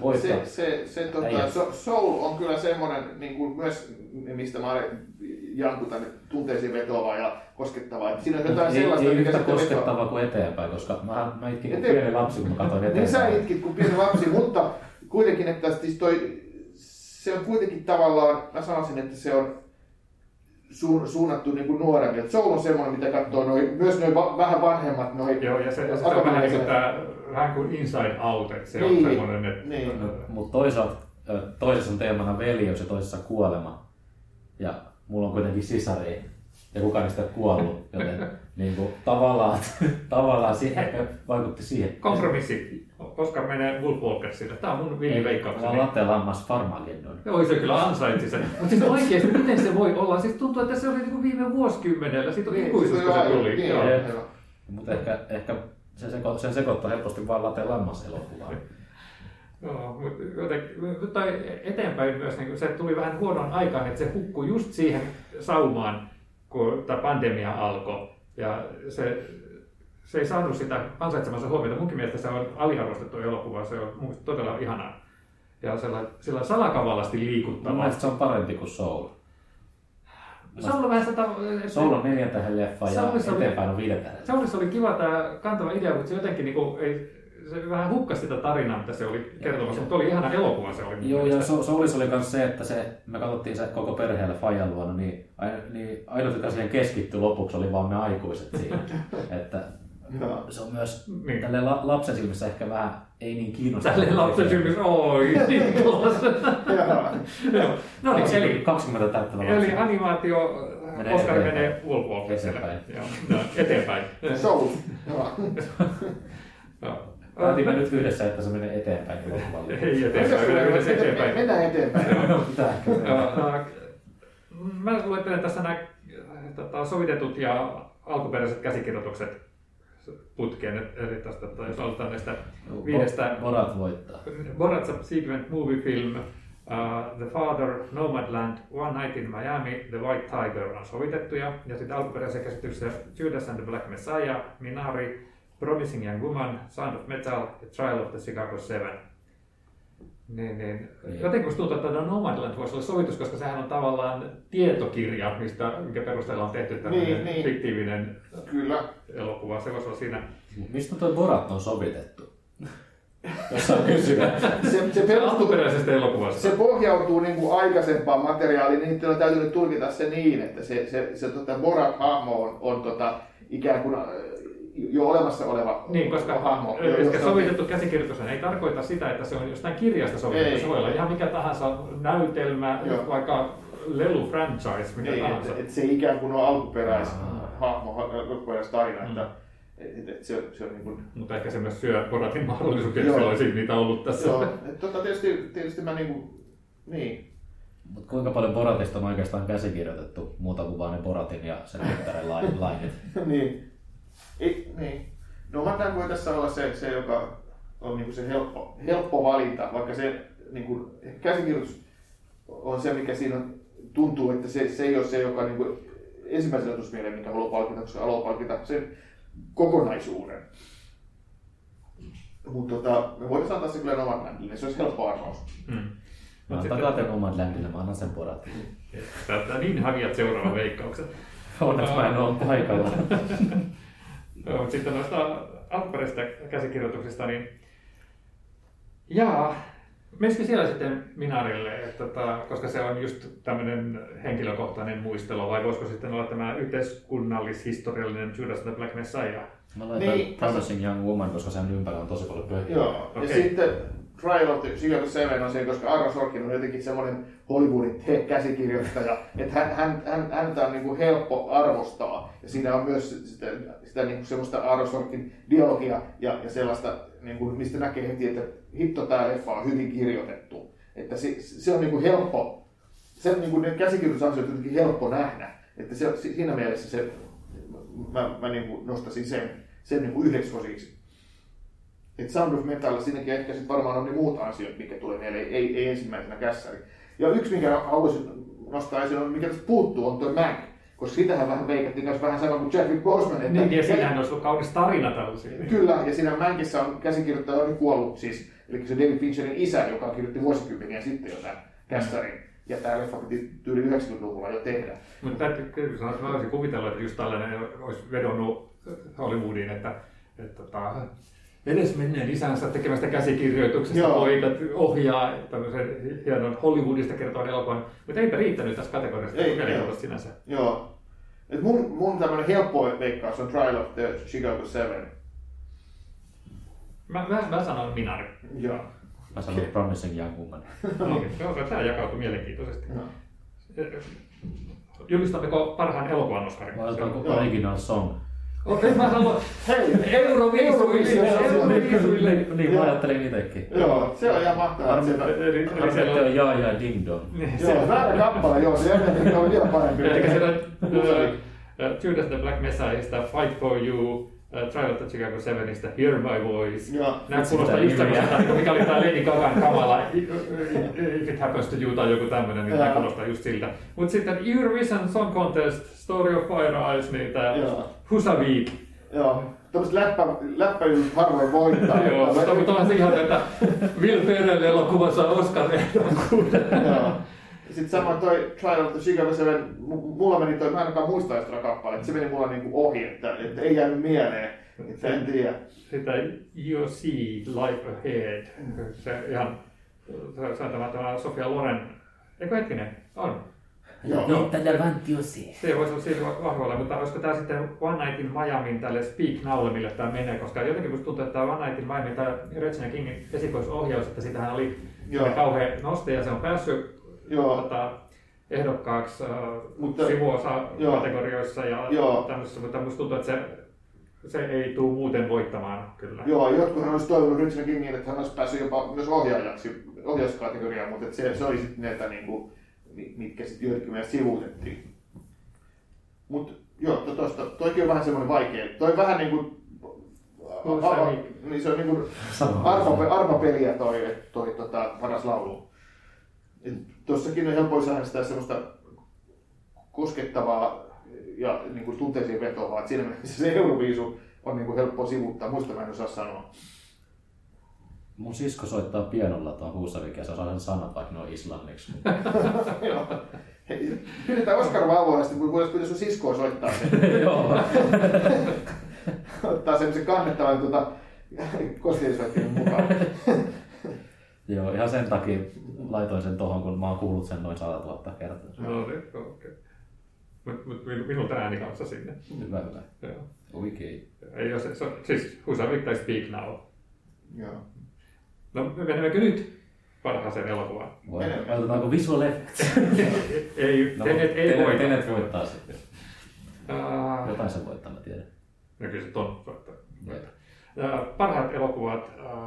Soul on kyllä semmoinen niin kuin myös, mistä mä olen Janku tänne tunteisiin vetoavaa ja koskettavaa. Että siinä on jotain sellaista, ei yhtä koskettavaa kuin Eteenpäin, koska mä itkin kuin pieni lapsi, kun mä katsoin Eteenpäin. Niin sä itkit kuin pieni lapsi, mutta kuitenkin, että siis se on kuitenkin tavallaan, mä sanoisin, että suunnattu niin kuin nuoremmin. Soul on semmoinen, mitä katsoo myös vähän vanhemmat. Joo, ja se on vähän niin kuin vähän kuin Inside Out, että se on semmoinen, että... Niin. Mutta toisaalta toisessa on teemana veljeys ja toisessa kuolema. Ja mulla on kuitenkin sisari ja kukaan niistä ei kuollut, joten niin kuin, tavallaan siihen vaikutti siihen. Kompromissi. Oscar menee Wolf Walkersille. Tää on mun villiveikkaukseni. Vaan Latte Lammas Farmageddon. Joo, se kyllä ansaitsi sen. Mutta siis oikeesti, miten se voi olla? Siis tuntuu, että se oli niinku viime vuosikymmenellä. Siitä on ikuisuus, kun se tuli. Mutta ehkä sen sekoittaa helposti vaan Latte Lammas elokuvaan. Joo, mutta eteenpäin myös niin se tuli vähän huonoon aikaan, että se hukkui just siihen saumaan, kun tämä pandemia alkoi. Ja se ei saanut sitä ansaitsemansa huomiota. Munkin mielestä se on aliarvostettu elokuva, se on mun todella ihana. Ja sillä salakavallasti liikuttava. Mun mielestä se on parempi kuin Soul. Soul on vähän Soul on 4 tähden leffa ja eteenpäin on 5 tähden. Soulissa oli kiva tämä kantava idea, mutta se jotenkin niinku, se vähän hukkasi sitä tarinaa, mitä se oli kertomassa, mutta oli ihana elokuva se oli. Joo, ja Soulissa oli myös se, että me katsottiin se koko perheelle Fajan luona, niin ainut, joka siihen keskittyi lopuksi, oli vaan me aikuiset siinä. Että se on myös tälleen lapsen silmissä ehkä vähän ei niin kiinnostavaa. Tälleen lapsen silmissä, oi Niklas! No niin, eli 20 täyttävä lapsi. Eli animaatio, Oscar menee Wolf Walkersille. Eteenpäin. Soul. Päätimme nyt yhdessä, että se menee eteenpäin elokuvalle. Ei eteenpäin, Mennään eteenpäin. Mä luettelen tässä nämä sovitetut ja alkuperäiset käsikirjoitukset putkeen, eli tästä, jos aloitetaan näistä 5. Borat voittaa. Borat's Subsequent Movie Film, The Father, Nomadland, One Night in Miami, The White Tiger on sovitettuja. Ja sitten alkuperäisessä käsityksessä Judas and the Black Messiah, Minari, Promising Young Woman, Sound of Metal ja Trial of the Chicago 7. Jotenkin musta tuntuu, että Nomadland voisi olla sovitus, koska sehän on tavallaan tietokirja, minkä perusteella on tehty tämmöinen fiktiivinen elokuva. Se voisi olla siinä. Mistä tuo Borat on sovitettu? Jos on kysyä. Alkuperäisestä elokuvasta. Se pohjautuu niin kuin aikaisempaan materiaaliin, niin on täytynyt tulkita se niin, että se Borat-hahmo on ikään kuin jo olemassa oleva hahmo. Sovitettu käsikirjoitus ei tarkoita sitä, että se on jostain kirjasta sovitettu. Se voi olla ihan mikä tahansa näytelmä, vaikka lelu-franchise, mikä tahansa. Et se ikään kuin on alkuperäishahmo, alkuperäistarina. Se on niin kuin... Mutta ehkä se myös syö Boratin mahdollisuuksia, että olisi niitä ollut tässä. Joo, tietysti mä niin. Mutta kuinka paljon Boratista on oikeastaan käsikirjoitettu muuta kuin vain ne Boratin ja sen tyttären lainit? Niin. No mä voi tässä olla se joka on niinku se helppo valinta, vaikka se niinku, käsikirjoitus on se, mikä siinä tuntuu, että se ei ole se, joka niinku, ensimmäisen ajatusmielen, minkä haluaa palkita, koska haluaa palkita sen kokonaisuuden. Mutta me voitaisiin antaa se kyllä Nomadlandille, se olisi helppo arvaus. Mä antakaa te Nomadlandille, mä annan sen Boratin. Täyttää niin hakijat seuraavan veikkauksen. Onneksi mä en ole paikalla. Sitten noista alkuperäisistä käsikirjoituksista, niin menisikö siellä sitten Minarille, koska se on just tämmöinen henkilökohtainen muistelo, vai voisiko sitten olla tämä yhteiskunnallis-historiallinen Judas and the Black Messiah? Mä laitan Promising Young Woman, koska sen ympärillä on tosi paljon pöhiä. Joo, ja sitten Trial of the Chicago 7 on se, koska Aaron Sorkin on jotenkin semmoinen Hollywoodin käsikirjoittaja, että häntä on niin kuin helppo arvostaa. Ja siinä on myös sitä niin kuin semmoista Aaron Sorkin dialogia ja sellaista, niin kuin, mistä näkee heti, että hitto, tää leffa on hyvin kirjoitettu. Että se on niin kuin helppo, niin kuin ne käsikirjoitusansiot on jotenkin helppo nähdä. Että siinä mielessä mä niin kuin nostaisin sen niin kuin yhdeksi osiksi. Et Sound of Metal, siinäkin ehkä sit varmaan on ne muut ansiot, mikä tulee mieleen, ei ensimmäisenä kässäri. Ja yksi, minkä haluaisin nostaa esiin, mikä tästä puuttuu, on tuo Mac. Koska sitähän vähän veikattiin kanssa vähän sama kuin Chadwick Boseman. Niin, ja siinähän olisi ollut kaunis tarina tällaisia. Kyllä, ja siinä Mancissa on käsikirjoittaja on kuollut siis, eli se David Fincherin isä, joka kirjoitti vuosikymmeniä sitten jo tämän kässärin. Ja tämä leffa piti tyyli 90-luvulla jo tehdä. Mutta mä olisin kuvitellut, että just tällainen olisi vedonnut Hollywoodiin, että edesmenneen isänsä tekemästä käsikirjoituksesta poika ohjaa tämmöisen hienon Hollywoodista kertovan elokuvan, mutta eipä riittänyt tässä kategoriassa, mielenkiintoista sinänsä. Joo. Et mun tämmönen helppo veikkaus on Trial of the Chicago 7. Mä sanon Minari. Joo. Mä sanon Promising Young Woman. Tämä jakautui mielenkiintoisesti. Julistammeko parhaan elokuvan Oscarin? Vai otetaanko Original Song? Mä haluan Euroviisuille. Niin mä ajattelin itsekin. Joo, se on ihan mahtavaa. Arvette on Jaa ja Ding Dong. Joo, väärä kappale, joo, se ennen on vielä parempi. Eli siellä on Judas the Black Messiahista, Fight for You, Trial of the Chicago 7istä, Hear My Voice. Nämä kuulostaa just semmoista, mikä oli tää Lady Gagan kamala If It Happens to You tai joku tämmönen, niin tämä kuulostaa just siltä. Mut sitten Eurovision Song Contest, Story of Fire Eyes, niin tää Husavik. Joo, tämmöset läppäjut harvoin voittaa. Joo, mutta onhan se ihan, että Will Ferrell elokuvassa Oscar-ehdokkuuden. Joo. Sitten samoin toi Trial of the Chicago 7, mulla meni toi, mä en ainakaan muista sitä kappale, että se meni mulla niinku ohi, että ei jäänyt mieleen, että en tiedä. Sitten You See Life Ahead, se ihan, se on tämä Sofia Loren, eikö hetkinen, on. Joo, tällä vantiosi. Se voisi olla siinä vahvalla, mutta olisiko tämä sitten One Night in Miamin tälle Speak Nowlle, mille tämä menee, koska jotenkin musta tuntuu, että tämä One Night in Miami, tämä Regina Kingin esikoisohjaus, että sitähän oli kauhean noste ja se on päässyt ehdokkaaksi sivuosa-kategorioissa ja tämmöisessä, mutta musta tuntuu, että se ei tule muuten voittamaan kyllä. Joo, jotkunhan olisi toivonut Regina Kingin, että hän olisi päässyt jopa myös ohjauskategoriaan, mutta se oli sitten näitä niinku, mitkä sitten joitakin meidän sivuutettiin. Mutta joo, toikin on vähän semmoinen vaikea. Toi vähän niinku niin se on niinku arpapeliä toi paras laulu. Tossakin on helppo äänestää semmoista koskettavaa ja niinku tunteisiin vetoavaa, että siinä mielessä se Euroviisu on niinku helppo sivuuttaa. Muista mä en osaa sanoa. Mun sisko soittaa pianolla tuon Husavik ja se osaa sen sanat, vaikka ne on islanniksi. Joo. Pidetään Oscar avoimesti, kun voisi sun siskoa soittaa sen. Joo. Ottaa semmoisen kannettavan kosteisoittimen mukaan. Joo, ihan sen takia laitoin sen tohon, kun mä oon kuullut sen noin 100 000 kertaa. No niin, okei. Mut minulta ääni kanssa sinne. Hyvä. Joo. Oikein. Ei ole se, siis Husavik tai Speak Now. Joo. No menemmekö nyt parhaaseen elokuvaan? Otetaanko visual effects? Ei, ei voita. Tenet voittaa sitten. Jotain se voittaa, mä tiedän. No kyllä se ton voittaa. Parhaat elokuvat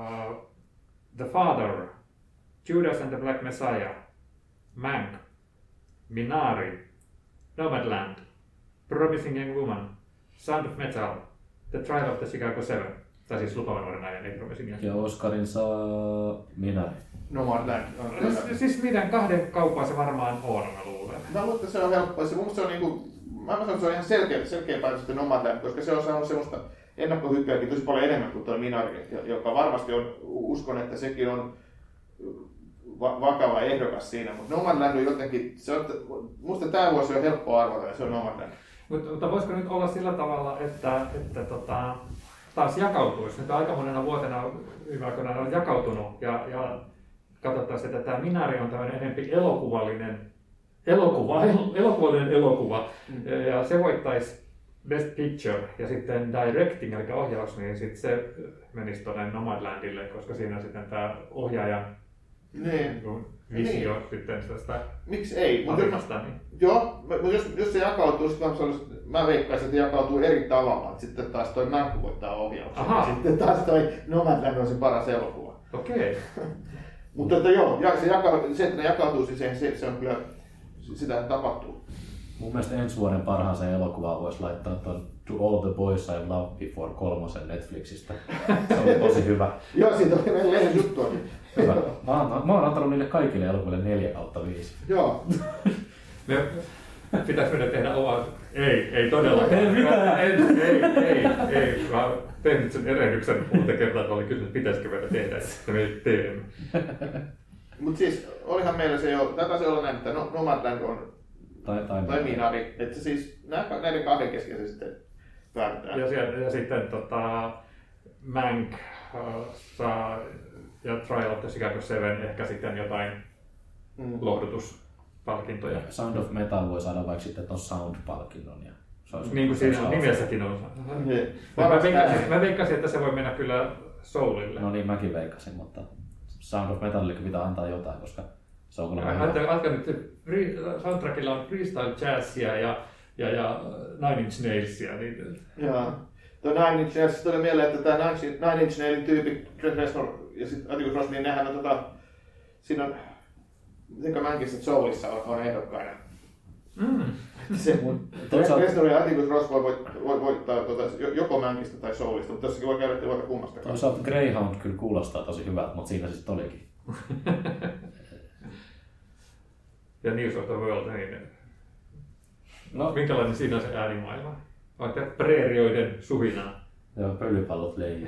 The Father, Judas and the Black Messiah, Mank, Minari, Nomadland, Promising Young Woman, Sound of Metal, The Trial of the Chicago 7. Tai siis Lupavan nuoren ajan, ei Promising Young Woman. Ja Oscarin saa Minari. Nomadland. Siis meidän kahden kauppaa se varmaan on, mä luulen. Mä luulen, että se on helppoa. Mun mielestä se on niinku, mä sanon, että se on ihan selkeä päätös sitten Nomadland, koska se on saanut semmoista ennakkohyppyäkin tosi paljon enemmän kuin tuo Minari, joka varmasti on, uskon, että sekin on vakava ehdokas siinä, mutta Nomadland on jotenkin, musta tämä vuosi on helppo arvata ja se on Nomadland. Mutta voisiko nyt olla sillä tavalla, että taas jakautuisi? Nyt aika monena vuotena viime aikoina on jakautunut ja katsottaisiin, että tämä Minari on tämmöinen enemmän elokuvallinen elokuva ja se voittaisi Best Picture ja sitten Directing, eli ohjaus, niin sitten se menisi tuonne Nomadlandille, koska siinä sitten tämä ohjaajan visio sitten tästä. Miksi ei? Joo, jos se jakautuu, mä veikkaisin, että jakautuu eri tavalla. Sitten taas toi Mank voittaa ohjauksen. Ja sitten taas toi Nomadland on se paras elokuva. Okei. Mutta se, että ne jakautuu, se on kyllä, sitä tapahtuu. Mun mielestä ensi vuoden parhaaseen elokuvaan voisi laittaa ton To All the Boys I Loved Before 3 Netflixistä. Se oli tosi hyvä. Joo, siitä oli meidän lehden juttua. Hyvä. Mä oon antanut niille kaikille elokuville 4/5. Joo. Pitäis meidän tehdä omaa... Ei todellakaan. Ei. Mä tein nyt sen erehdyksen monta kertaa, että oli kysynyt, pitäisikö meidän tehdä, että me teemme. Mut siis olihan meillä se jo, taisi olla näin, että Nomadland on tai Minari, että se siis näiden kahden kesken se sitten päätetään. Ja sitten Mank saa ja Trial of the Chicago 7 ehkä sitten jotain lohdutuspalkintoja. Sound of Metal voi saada vaikka sitten tuon Sound-palkinnon. Ja niin kuin siinä nimessäkin on. Mä veikkasin, että se voi mennä kyllä Soulille. No niin, mäkin veikkasin, mutta Sound of Metalille pitää antaa jotain, koska se on kyllä vähän Ajattelin, että soundtrackilla on freestyle jazzia ja Nine Inch Nailsia. Niin... Joo. Tuo Nine Inch Nails tuli mieleen, että tämä Nine Inch Nailin tyypit, Trent Reznor ja sitten Atticus Ross, niin nehän on siinä on, mitenkä Mankissa Soulissa on ehdokkaina. Trent Reznor ja Atticus Ross voi voittaa joko Mankista tai Soulista, mutta jossakin voi käydä vaikka kummastakaan. Toisaalta Greyhound kyllä kuulostaa tosi hyvältä, mutta siinä se sitten olikin. Ja News of the World, niin no, minkälainen siinä on se äänimaailma? Vaikka preerioiden suhinaa. Joo, pölypallot leijii.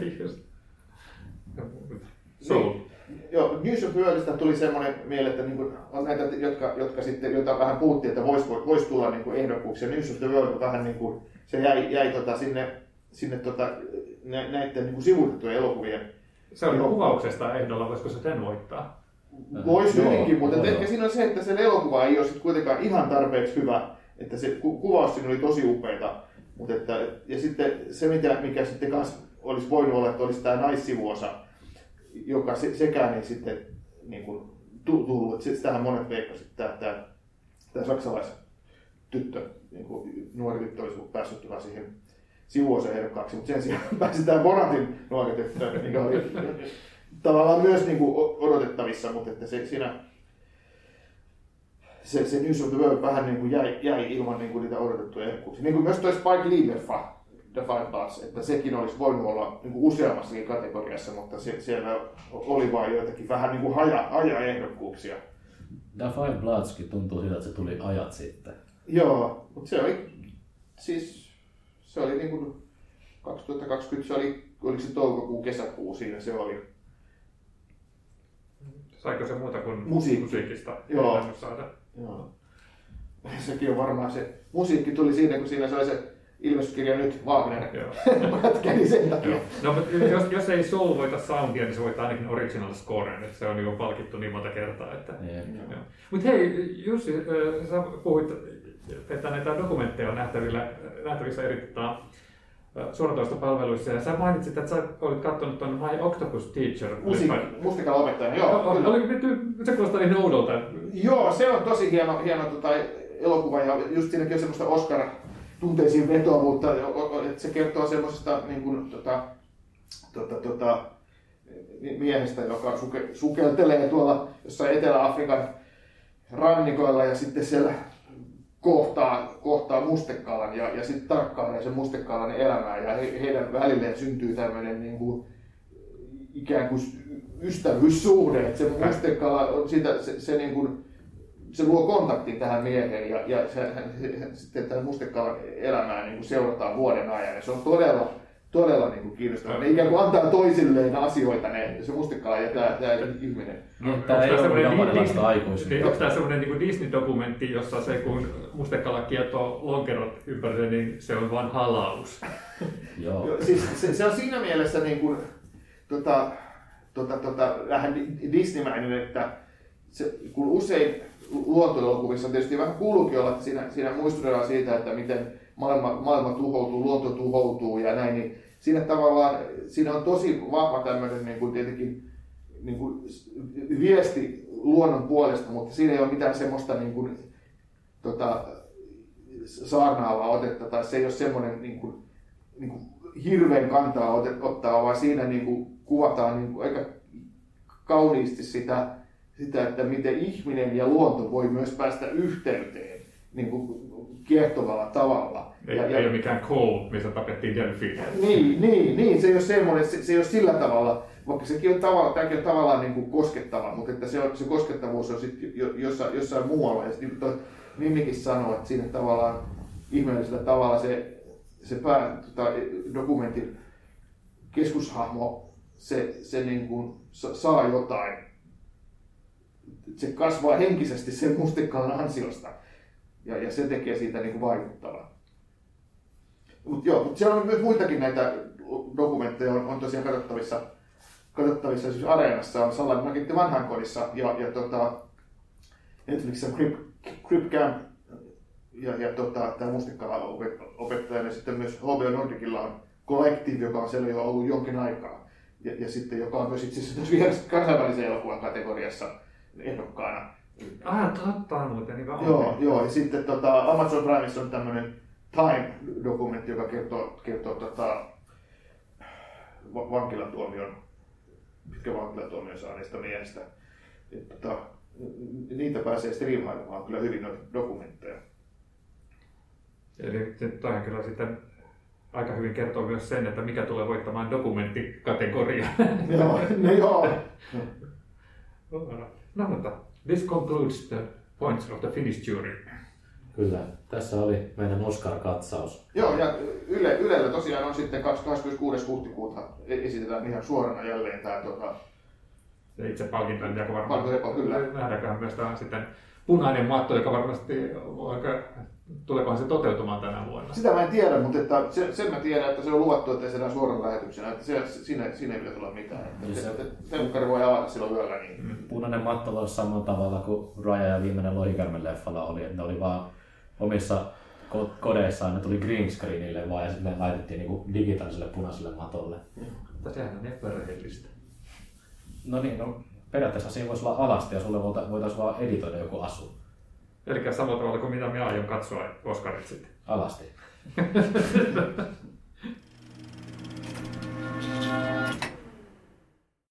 Soul. Joo, News of the Worldista tuli semmoinen mieleen, että niin on näitä, jotka sitten, joita vähän puhuttiin, että vois tulla niin ehdokkuuksia. News of the World vähän niin kuin, se jäi sinne näiden niin sivuutettujen elokuvien. Se oli kuvauksesta ehdolla, voisiko se sen voittaa? Voisi hyvinkin, mutta ehkä siinä on se, että se elokuva ei ole sitten kuitenkaan ihan tarpeeksi hyvä, että se kuvaus siinä oli tosi upeata. Mutta ja sitten se, mikä sitten kans olisi voinut olla, että olisi tämä naissivuosa, joka sekään ei sitten niin kuin tullut. Sitähän monet veikkasivat, että tämä saksalaistyttö, niin kuin nuori tyttö olisi päässyt siihen sivuosan ehdokkaaksi, mutta sen sijaan pääsi tämä Bonatin nuori tyttö, mikä oli tavallaan myös niin kuin odotettavissa, mutta että se News of the World vähän niin kuin jäi ilman niin kuin niitä odotettuja ehdokkuuksia. Niin kuin myös tuo Spike Lee-leffa, The Five Bloods, että sekin olisi voinut olla niin kuin useammassakin kategoriassa, mutta siellä oli vain joitakin vähän niin kuin haja-ehdokkuuksia. The Five Bloodskin tuntuu siltä, että se tuli ajat sitten. Joo, mutta se oli niin kuin 2020, oliko se toukokuu, kesäkuu, siinä se oli. Saiko se muuta kuin musiikista? Joo. Saada? Joo. Sekin on varmaan se. Musiikki tuli siinä, kun siinä se oli se ilmestyskirja nyt Wagner. Pätkäni sen takia. No, mutta jos ei Soul voita soundia, niin se voittaa ainakin original scoren, että se on jo palkittu niin monta kertaa. Mutta hei, Jussi, sä puhuit, että näitä dokumentteja on nähtävissä eri suoratoistopalveluissa, ja sä mainitsit, että sä olit katsonut tuon My Octopus Teacher. Mustikalla opettajana, joo. Se kuulostaa niin oudolta. Joo, se on tosi hieno elokuva, ja just siinäkin on semmoista Oscar-tunteisiin vetoavuutta, että se kertoo semmoisesta niin kuin, miehestä, joka sukeltelee tuolla jossain Etelä-Afrikan rannikoilla, ja sitten siellä kohtaa mustekalan ja sitten tarkkailee sen mustekalan elämää, ja heidän välilleen syntyy tämmöinen niin kuin, ikään kuin ystävyyssuhde, että se mustekala on se niin kuin, se luo kontaktin tähän mieheen, ja sitten tämän mustekalan elämää niin kuin seurataan vuoden ajan, ja se on todella niin kuin kiinnostavaa. Ne ikään kuin antaa toisilleen asioita, se mustekala ja tämä ihminen. Tämä ei ole japanilaista aikuisuutta. Onko tämä sellainen niin Disney-dokumentti, jossa se kun mustekala kietoo lonkerot ympärille, niin se on vain halaus? Joo. Siis se on siinä mielessä niin kuin, vähän Disneymäinen, että kun usein luontoelokuvissa tietysti vähän kuuluukin olla, että siinä muistutellaan siitä, että miten maailma tuhoutuu, luonto tuhoutuu ja näin, niin siinä on tosi vahva tämmöinen niin kuin tietenkin niin kuin viesti luonnon puolesta, mutta siinä ei ole mitään semmoista niin kuin, saarnaavaa otetta, tai se ei ole semmoinen niin kuin hirveän kantaa ottaa, vaan siinä niin kuin kuvataan niin kuin aika kauniisti sitä, että miten ihminen ja luonto voi myös päästä yhteyteen niin kuin kiehtovalla tavalla. Ei ole mikään Cole, missä tapettiin delfiinejä. Niin, se ei ole semmoinen, se ei ole sillä tavalla, vaikka sekin on tämäkin on tavallaan niin kuin koskettava, mutta että se koskettavuus on sitten jossain muualla. Ja niin kuin tuo nimikin sanoo, että siinä tavallaan ihmeellisellä tavalla se dokumentin keskushahmo, se niin kuin saa jotain. Se kasvaa henkisesti sen mustekalan ansiosta ja se tekee siitä niin kuin vaikuttavaa. Mutta siellä on myös muitakin näitä dokumentteja on tosiaan katsottavissa siis Areenassa, on Salad Nagitti vanhainkodissa ja Netflixin Crip Camp ja tämä Mustikkala-opettaja, ja sitten myös HBO Nordicilla on Collective, joka on siellä jo ollut jonkin aikaa. Ja sitten joka on myös itse asiassa vielä kansainvälisen elokuvan kategoriassa ehdokkaana. Totta muuten. Niin joo, ja sitten Amazon Primeissa on tämmöinen Time-dokumentti, joka kertoo pitkän vankilatuomion saaneista miehistä. Niitä pääsee striimailemaan kyllä hyvin noita dokumentteja. Eli toihan kyllä sitten aika hyvin kertoo myös sen, että mikä tulee voittamaan dokumenttikategoria. Joo. No, mutta this concludes the points of the Finnish jury. Kyllä, tässä oli meidän Oscar-katsaus. Joo, ja Ylellä tosiaan on sitten 26. huhtikuuta esitetään ihan suorana jälleen tämä se itse palkintojen jako varmaan. Kyllä. Nähdäänköhän myös tämä sitten punainen matto, joka varmasti tuleekohan se toteutumaan tänä vuonna? Sitä mä en tiedä, mutta sen mä tiedän, että se on luvattu, että se on suoran lähetyksenä, että siinä ei pidä tulla mitään. Telkkari voi avata silloin yöllä. Niin. Punainen matto voisi samalla tavalla kuin Raya ja viimeinen Lohikärmen-leffalla oli, että ne oli vaan omissa kodeissaan, ne tuli green screenille vaan ja sitten ne laitettiin niinku digitaaliselle punaiselle matolle. Mutta sehän on epärehellistä. No niin, periaatteessa siinä voisi olla alasti ja sulle voitaisiin vaan editoida joku asu. Eli samalla tavalla kuin mitä minä aion katsoa Oscarit sitten. Alasti.